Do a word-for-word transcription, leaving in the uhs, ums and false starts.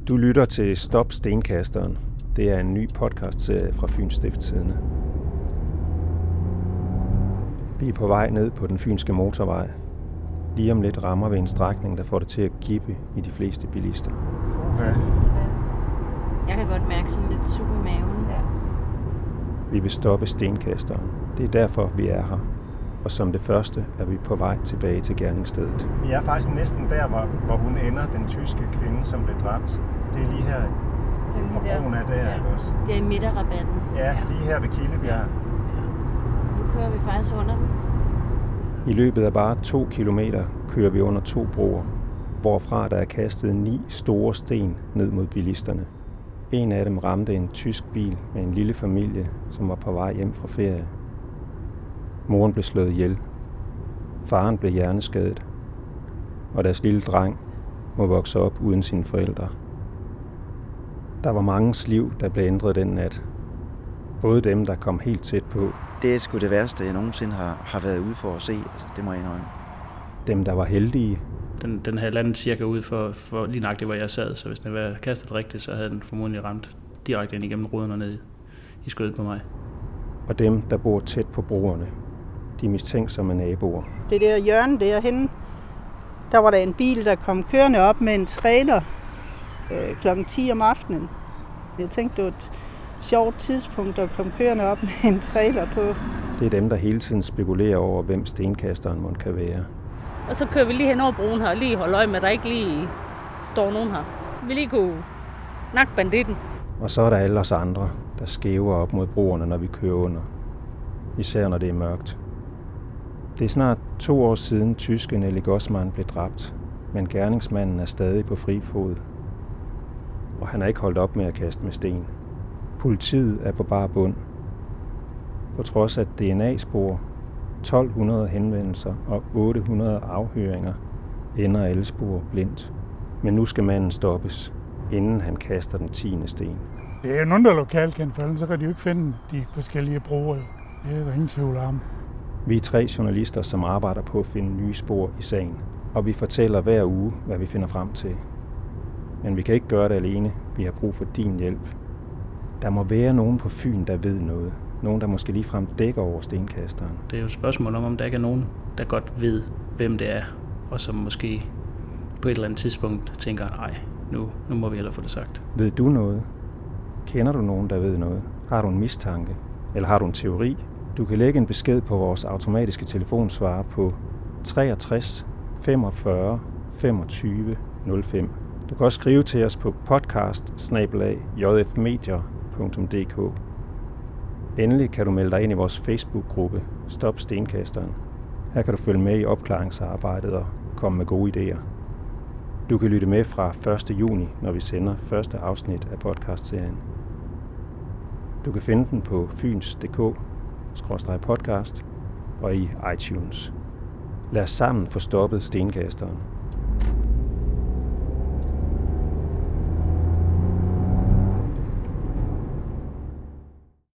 Du lytter til Stop Stenkasteren. Det er en ny podcastserie fra Fyns Stiftstidende. Vi er på vej ned på den fynske motorvej. Lige om lidt rammer vi en strækning, der får det til at kippe i de fleste bilister. Okay. Jeg kan godt mærke sådan lidt sug i maven. Ja. Vi vil stoppe stenkasteren. Det er derfor, vi er her. Og som det første er vi på vej tilbage til gerningsstedet. Vi er faktisk næsten der, hvor, hvor hun ender, den tyske kvinde, som blev dræbt. Det er lige her. Det er lige der. Broen er der, ja. Ikke også? Det er i midterrabatten. Ja, ja, lige her ved Kildebjerg. Ja. Ja. Nu kører vi faktisk under den. I løbet af bare to kilometer kører vi under to broer, hvorfra der er kastet ni store sten ned mod bilisterne. En af dem ramte en tysk bil med en lille familie, som var på vej hjem fra ferie. Moren blev slået ihjel. Faren blev hjerneskadet. Og deres lille dreng må vokse op uden sine forældre. Der var manges liv, der blev ændret den nat. Både dem, der kom helt tæt på. Det er sgu det værste, jeg nogensinde har, har været ude for at se. Altså, det må jeg indrømme. Dem, der var heldige. Den, den havde landet cirka ud for, for lige nøjagtigt, hvor jeg sad. Så hvis den var kastet rigtigt, så havde den formodentlig ramt direkte ind igennem ruden og ned i skødet på mig. Og dem, der bor tæt på broerne. De mistænksomme naboer. Det der hjørne derhenne, der var der en bil, der kom kørende op med en trailer øh, klokken ti om aftenen. Jeg tænkte, det var et sjovt tidspunkt at komme kørende op med en trailer på. Det er dem, der hele tiden spekulerer over, hvem stenkasteren måtte kan være. Og så kører vi lige hen over broen her og lige holde øje med, at der ikke lige står nogen her. Vi lige kunne nakke banditten. Og så er der alle os andre, der skæver op mod broerne, når vi kører under. Især når det er mørkt. Det er snart to år siden tyske Nelly Gossmann blev dræbt, men gerningsmanden er stadig på fri fod. Og han er ikke holdt op med at kaste med sten. Politiet er på bar bund. På trods af D N A-spor, tolv hundrede henvendelser og otte hundrede afhøringer, ender alle spor blindt. Men nu skal manden stoppes, inden han kaster den tiende sten. Det er jo nogen, der er lokalt kendt, for så kan de jo ikke finde de forskellige broer. Det er der ingen tvivl om. Vi er tre journalister, som arbejder på at finde nye spor i sagen, og vi fortæller hver uge, hvad vi finder frem til. Men vi kan ikke gøre det alene. Vi har brug for din hjælp. Der må være nogen på Fyn, der ved noget. Nogen, der måske ligefrem dækker over stenkasteren. Det er jo et spørgsmål om, om der ikke er nogen, der godt ved, hvem det er, og som måske på et eller andet tidspunkt tænker, nej, nu, nu må vi hellere få det sagt. Ved du noget? Kender du nogen, der ved noget? Har du en mistanke? Eller har du en teori? Du kan lægge en besked på vores automatiske telefonsvarer på treogtres femogfyrre femogtyve nul fem. Du kan også skrive til os på podcast snabel-a j f medier punktum d k. Endelig kan du melde dig ind i vores Facebook-gruppe Stop Stenkasteren. Her kan du følge med i opklaringsarbejdet og komme med gode idéer. Du kan lytte med fra første juni, når vi sender første afsnit af podcastserien. Du kan finde den på fyns punktum d k skråstreg podcast og i iTunes. Lad os sammen få stoppet stenkasteren.